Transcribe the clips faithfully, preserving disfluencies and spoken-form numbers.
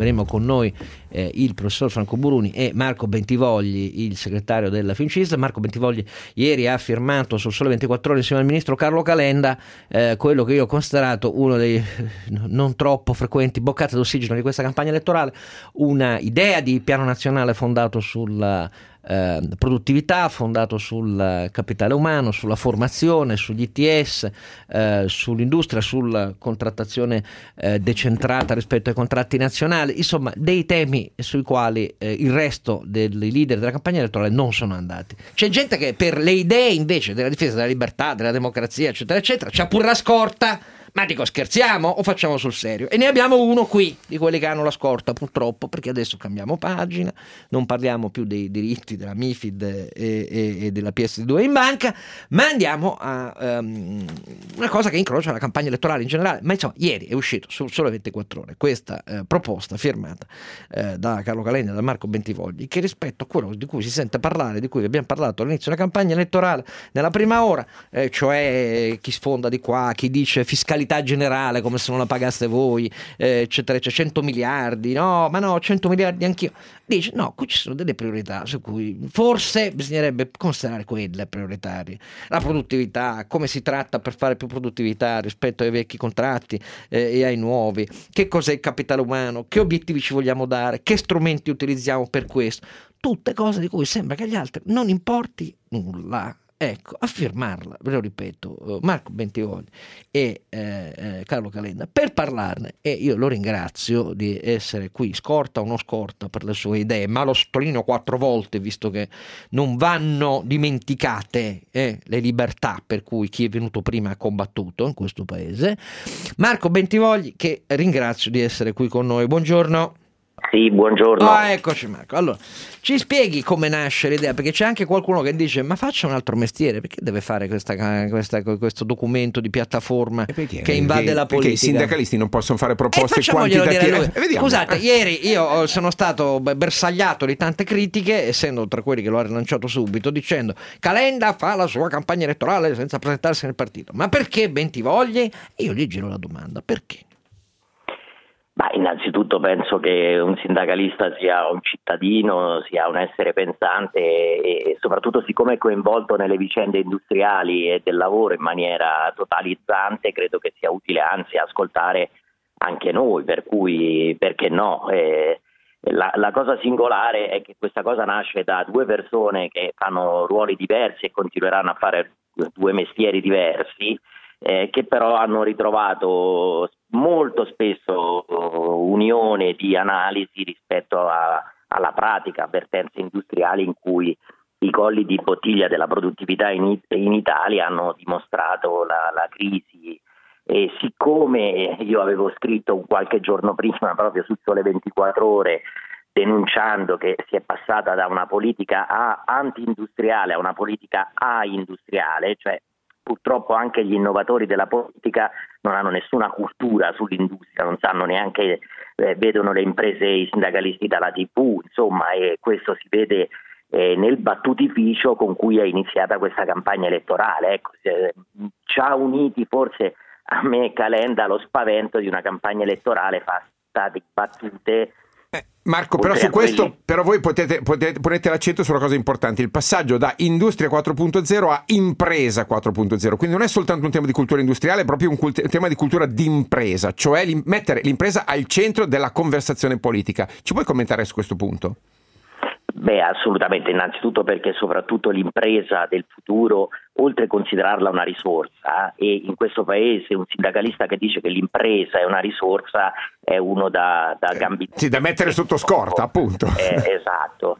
avremo con noi eh, il professor Franco Buruni e Marco Bentivogli, il segretario della Fincis. Marco Bentivogli ieri ha firmato sul Sole ventiquattro Ore insieme al ministro Carlo Calenda eh, quello che io ho considerato uno dei non troppo frequenti boccate d'ossigeno di questa campagna elettorale, una idea di piano nazionale fondato sulla Eh, produttività, fondato sul capitale umano, sulla formazione, sugli I T S, eh, sull'industria, sulla contrattazione eh, decentrata rispetto ai contratti nazionali, insomma dei temi sui quali eh, il resto dei leader della campagna elettorale non sono andati. C'è gente che per le idee invece della difesa della libertà, della democrazia eccetera eccetera c'ha pure la scorta. Ma dico, scherziamo o facciamo sul serio? E ne abbiamo uno qui, di quelli che hanno la scorta purtroppo, perché adesso cambiamo pagina, non parliamo più dei diritti della MiFID e, e, e della P S due in banca, ma andiamo a um, una cosa che incrocia la campagna elettorale in generale. Ma insomma, ieri è uscito sul Sole ventiquattro Ore questa eh, proposta firmata eh, da Carlo Calenda e da Marco Bentivogli, che rispetto a quello di cui si sente parlare, di cui abbiamo parlato all'inizio della campagna elettorale, nella prima ora, eh, cioè chi sfonda di qua, chi dice fiscalità generale come se non la pagaste voi, eh, eccetera, eccetera, cento miliardi, no, ma no, cento miliardi anch'io. Dice no, qui ci sono delle priorità su cui forse bisognerebbe considerare quelle prioritarie. La produttività, come si tratta per fare più produttività rispetto ai vecchi contratti eh, e ai nuovi, che cos'è il capitale umano, che obiettivi ci vogliamo dare, che strumenti utilizziamo per questo, tutte cose di cui sembra che agli altri non importi nulla. Ecco, a firmarla, ve lo ripeto, Marco Bentivogli e eh, eh, Carlo Calenda per parlarne, e io lo ringrazio di essere qui, scorta o non scorta per le sue idee, ma lo sottolineo quattro volte visto che non vanno dimenticate eh, le libertà per cui chi è venuto prima ha combattuto in questo paese. Marco Bentivogli, che ringrazio di essere qui con noi, buongiorno. Sì, buongiorno. Ah, eccoci Marco. Allora, ci spieghi come nasce l'idea, perché c'è anche qualcuno che dice ma faccia un altro mestiere, perché deve fare questa, questa, questo documento di piattaforma perché, che invade perché, la politica? Perché i sindacalisti non possono fare proposte eh, quantitative. Eh, Scusate, ieri io sono stato bersagliato di tante critiche, essendo tra quelli che lo ha rilanciato subito, dicendo Calenda fa la sua campagna elettorale senza presentarsi nel partito. Ma perché Bentivogli? Io gli giro la domanda, perché? Ma innanzitutto penso che un sindacalista sia un cittadino, sia un essere pensante e soprattutto siccome è coinvolto nelle vicende industriali e del lavoro in maniera totalizzante, credo che sia utile anzi ascoltare anche noi, per cui perché no? Eh, la, la cosa singolare è che questa cosa nasce da due persone che fanno ruoli diversi e continueranno a fare due mestieri diversi, eh, che però hanno ritrovato molto spesso uh, unione di analisi rispetto a, alla pratica, avvertenze industriali in cui i colli di bottiglia della produttività in, in Italia hanno dimostrato la, la crisi. E siccome io avevo scritto qualche giorno prima proprio sul Sole ventiquattro Ore denunciando che si è passata da una politica a anti-industriale a una politica a industriale, cioè purtroppo anche gli innovatori della politica non hanno nessuna cultura sull'industria, non sanno neanche, eh, vedono le imprese, i sindacalisti dalla tivù, insomma, e questo si vede eh, nel battutificio con cui è iniziata questa campagna elettorale. Ecco, eh, ci ha uniti forse a me e Calenda lo spavento di una campagna elettorale fatta di battute. Eh, Marco, però su questo quelli... però voi potete, potete ponete l'accento sulla cosa importante, il passaggio da industria quattro punto zero a impresa quattro punto zero, quindi non è soltanto un tema di cultura industriale, è proprio un, cult- un tema di cultura d'impresa, cioè l'im- mettere l'impresa al centro della conversazione politica. Ci puoi commentare su questo punto? Beh, assolutamente, innanzitutto perché soprattutto l'impresa del futuro, oltre a considerarla una risorsa, e in questo paese un sindacalista che dice che l'impresa è una risorsa è uno da, da gambitare. Sì, da mettere sotto scorta, appunto. Eh, esatto.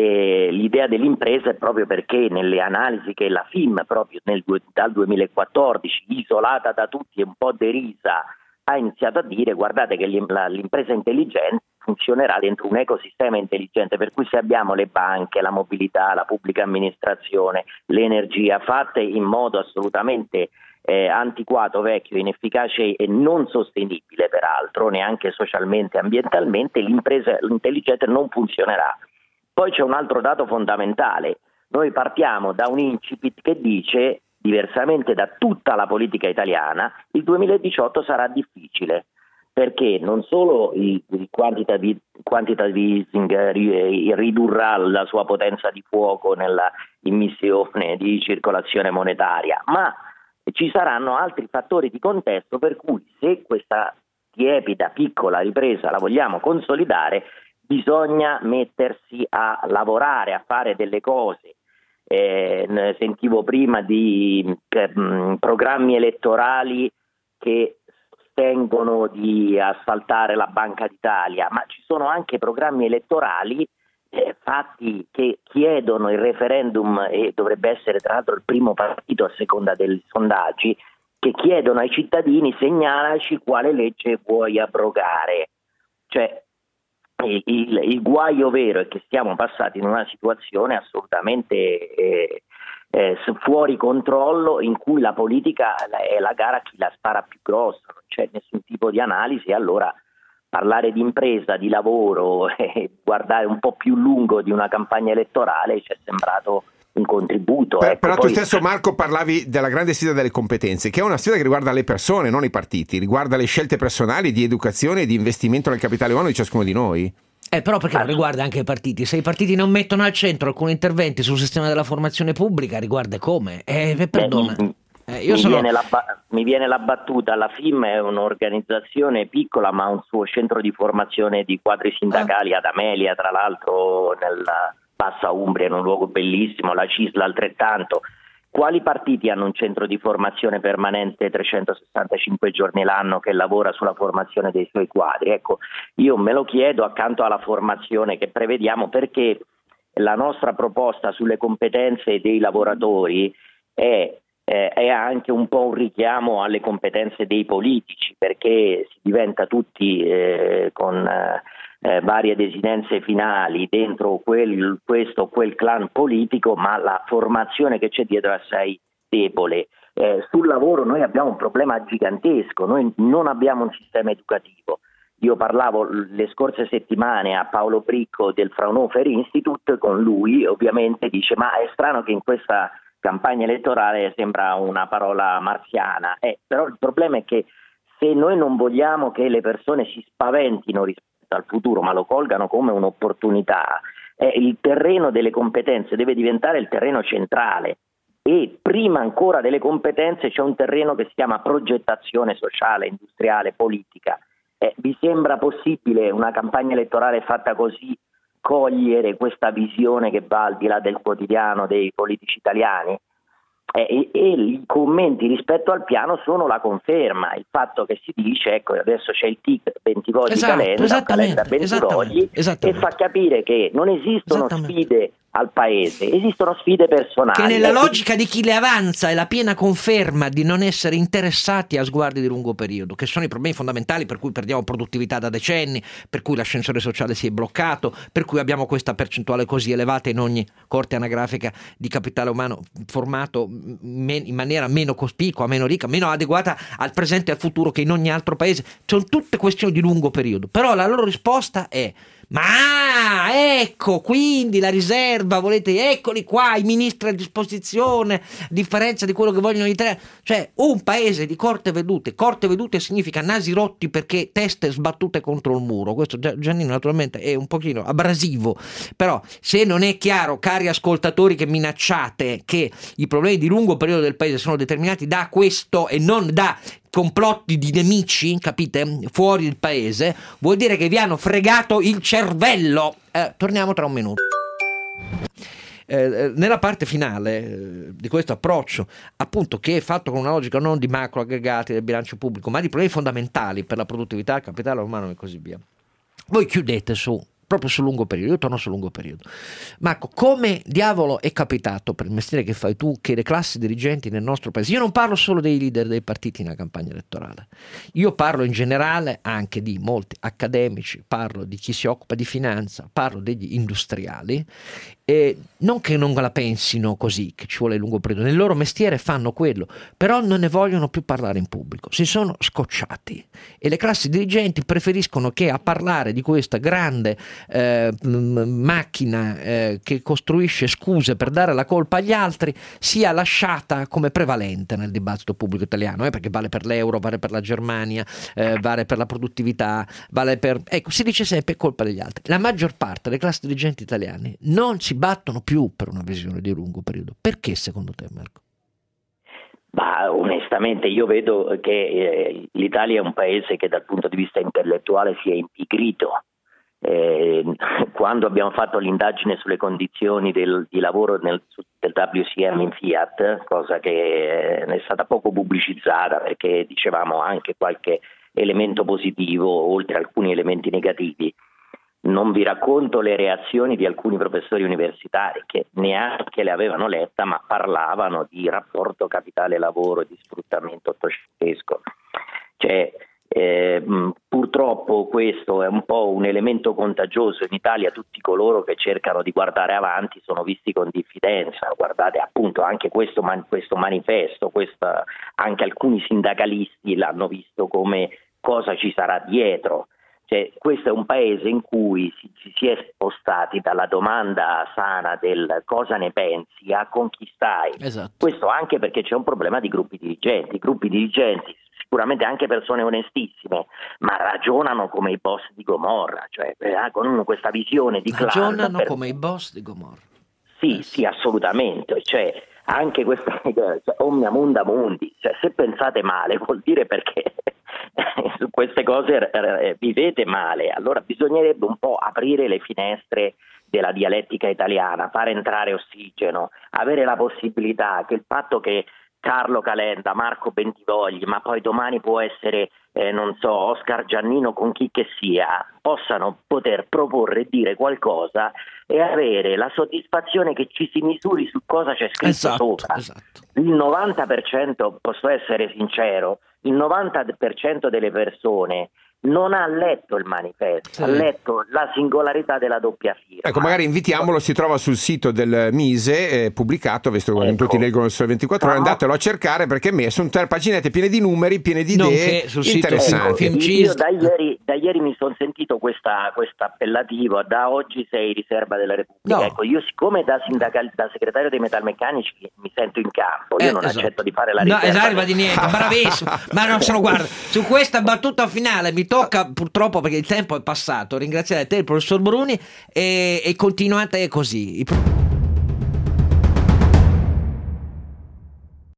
E l'idea dell'impresa è proprio perché nelle analisi che la F I M proprio nel, dal duemilaquattordici, isolata da tutti e un po' derisa, ha iniziato a dire guardate che l'impresa intelligente funzionerà dentro un ecosistema intelligente, per cui se abbiamo le banche, la mobilità, la pubblica amministrazione, l'energia fatte in modo assolutamente eh, antiquato, vecchio, inefficace e non sostenibile peraltro, neanche socialmente e ambientalmente, l'impresa intelligente non funzionerà. Poi c'è un altro dato fondamentale, noi partiamo da un incipit che dice diversamente da tutta la politica italiana, il duemiladiciotto sarà difficile, perché non solo il, il quantitative, quantitative easing ridurrà la sua potenza di fuoco nella immissione di circolazione monetaria, ma ci saranno altri fattori di contesto per cui, se questa tiepida piccola ripresa la vogliamo consolidare, bisogna mettersi a lavorare, a fare delle cose. Eh, sentivo prima di eh, programmi elettorali che sostengono di assaltare la Banca d'Italia, ma ci sono anche programmi elettorali eh, fatti che chiedono il referendum, e dovrebbe essere tra l'altro il primo partito a seconda dei sondaggi, che chiedono ai cittadini: segnalaci quale legge vuoi abrogare. Cioè il, il, il guaio vero è che siamo passati in una situazione assolutamente eh, eh, fuori controllo, in cui la politica è la gara a chi la spara più grossa, non c'è nessun tipo di analisi. Allora parlare di impresa, di lavoro e eh, guardare un po' più lungo di una campagna elettorale ci è sembrato un contributo. Per, ecco, però poi... tu stesso, Marco, parlavi della grande sfida delle competenze, che è una sfida che riguarda le persone, non i partiti, riguarda le scelte personali di educazione e di investimento nel capitale umano di ciascuno di noi. Eh, però perché non riguarda anche i partiti? Se i partiti non mettono al centro alcuni interventi sul sistema della formazione pubblica, riguarda come? Eh, perdona. Beh, eh, io mi, sono... viene la, mi viene la battuta: la F I M è un'organizzazione piccola, ma ha un suo centro di formazione di quadri sindacali ah. ad Amelia, tra l'altro nella Bassa Umbria, in un luogo bellissimo, la C I S L altrettanto. Quali partiti hanno un centro di formazione permanente trecentosessantacinque giorni l'anno che lavora sulla formazione dei suoi quadri? Ecco, io me lo chiedo, accanto alla formazione che prevediamo, perché la nostra proposta sulle competenze dei lavoratori è, eh, è anche un po' un richiamo alle competenze dei politici, perché si diventa tutti eh, con... Eh, Eh, varie desinenze finali dentro quel, questo o quel clan politico, ma la formazione che c'è dietro è assai debole. Eh, sul lavoro noi abbiamo un problema gigantesco, noi non abbiamo un sistema educativo. Io parlavo le scorse settimane a Paolo Bricco del Fraunhofer Institute, con lui ovviamente dice: ma è strano che in questa campagna elettorale sembra una parola marziana, eh, però il problema è che se noi non vogliamo che le persone si spaventino rispetto al futuro, ma lo colgano come un'opportunità, eh, il terreno delle competenze deve diventare il terreno centrale, e prima ancora delle competenze c'è un terreno che si chiama progettazione sociale, industriale, politica. Eh, vi sembra possibile una campagna elettorale fatta così cogliere questa visione che va al di là del quotidiano dei politici italiani? E, e i commenti rispetto al piano sono la conferma, il fatto che si dice: ecco, adesso c'è il tic Bentivogli, esatto, Calenda, Calenda Bentivogli, e fa capire che non esistono sfide al paese, esistono sfide personali. Che nella logica di chi le avanza è la piena conferma di non essere interessati a sguardi di lungo periodo, che sono i problemi fondamentali per cui perdiamo produttività da decenni, per cui l'ascensore sociale si è bloccato, per cui abbiamo questa percentuale così elevata in ogni corte anagrafica di capitale umano formato in maniera meno cospicua, meno ricca, meno adeguata al presente e al futuro che in ogni altro paese. Sono tutte questioni di lungo periodo, però la loro risposta è: ma ecco, quindi la riserva, volete, eccoli qua i ministri a disposizione, a differenza di quello che vogliono gli italiani. Cioè, un paese di corte vedute, corte vedute significa nasi rotti perché teste sbattute contro il muro. Questo Giannino naturalmente è un pochino abrasivo, però se non è chiaro, cari ascoltatori che minacciate che i problemi di lungo periodo del paese sono determinati da questo e non da complotti di nemici, capite, fuori il paese, vuol dire che vi hanno fregato il cervello. Eh, torniamo tra un minuto. Eh, nella parte finale eh, di questo approccio, appunto, che è fatto con una logica non di macro aggregati del bilancio pubblico, ma di problemi fondamentali per la produttività, il capitale umano e così via, voi chiudete su proprio sul lungo periodo. Io torno sul lungo periodo. Marco, come diavolo è capitato, per il mestiere che fai tu, che le classi dirigenti nel nostro paese, io non parlo solo dei leader dei partiti nella campagna elettorale, io parlo in generale anche di molti accademici, parlo di chi si occupa di finanza, parlo degli industriali, e non che non la pensino così, che ci vuole lungo periodo, nel loro mestiere fanno quello, però non ne vogliono più parlare in pubblico, si sono scocciati, e le classi dirigenti preferiscono che a parlare di questa grande eh, macchina eh, che costruisce scuse per dare la colpa agli altri sia lasciata come prevalente nel dibattito pubblico italiano, eh, perché vale per l'euro, vale per la Germania, eh, vale per la produttività, vale per... Ecco, si dice sempre colpa degli altri. La maggior parte delle classi dirigenti italiane non si battono più per una visione di lungo periodo. Perché secondo te, Marco? Ma onestamente io vedo che eh, l'Italia è un paese che dal punto di vista intellettuale si è impigrito. Eh, quando abbiamo fatto l'indagine sulle condizioni del, di lavoro nel, del W C M in Fiat, cosa che eh, è stata poco pubblicizzata perché dicevamo anche qualche elemento positivo oltre a alcuni elementi negativi, non vi racconto le reazioni di alcuni professori universitari che neanche le avevano letta, ma parlavano di rapporto capitale-lavoro e di sfruttamento ottocentesco. Cioè, eh, purtroppo questo è un po' un elemento contagioso. In Italia tutti coloro che cercano di guardare avanti sono visti con diffidenza. Guardate appunto anche questo, man- questo manifesto, questa, anche alcuni sindacalisti l'hanno visto come cosa ci sarà dietro. Cioè, questo è un paese in cui si, si è spostati dalla domanda sana del cosa ne pensi a con chi stai. Esatto. Questo anche perché c'è un problema di gruppi dirigenti. I gruppi dirigenti, sicuramente anche persone onestissime, ma ragionano come i boss di Gomorra, cioè con questa visione di classe. Ragionano per... come i boss di Gomorra. Sì, eh. sì, assolutamente. Cioè, anche questa cioè, omnia munda mundi, cioè, se pensate male vuol dire perché su queste cose eh, vivete male, allora bisognerebbe un po' aprire le finestre della dialettica italiana, fare entrare ossigeno, avere la possibilità che il fatto che Carlo Calenda, Marco Bentivogli, ma poi domani può essere, eh, non so, Oscar Giannino con chi che sia, possano poter proporre e dire qualcosa e avere la soddisfazione che ci si misuri su cosa c'è scritto esatto, sopra. Esatto. Il novanta per cento, posso essere sincero, il novanta per cento delle persone non ha letto il manifesto, sì. Ha letto la singolarità della doppia firma. Ecco, magari invitiamolo, si trova sul sito del Mise, eh, pubblicato, visto che ecco. Tutti leggono il Sole ventiquattro Ore, andatelo a cercare perché me sono tre paginette piene di numeri, piene di idee interessanti. Ecco, io da ieri, da ieri mi sono sentito questa appellativo, da oggi sei riserva della Repubblica. No. Ecco, io siccome da, sindacal, da segretario dei metalmeccanici mi sento in campo, io eh, non esatto. accetto di fare la riserva. No, esatto, di niente, bravissimo. Ma non solo, guarda, su questa battuta finale mi tocca purtroppo perché il tempo è passato ringraziare te, il professor Bruni, e, e continuate così.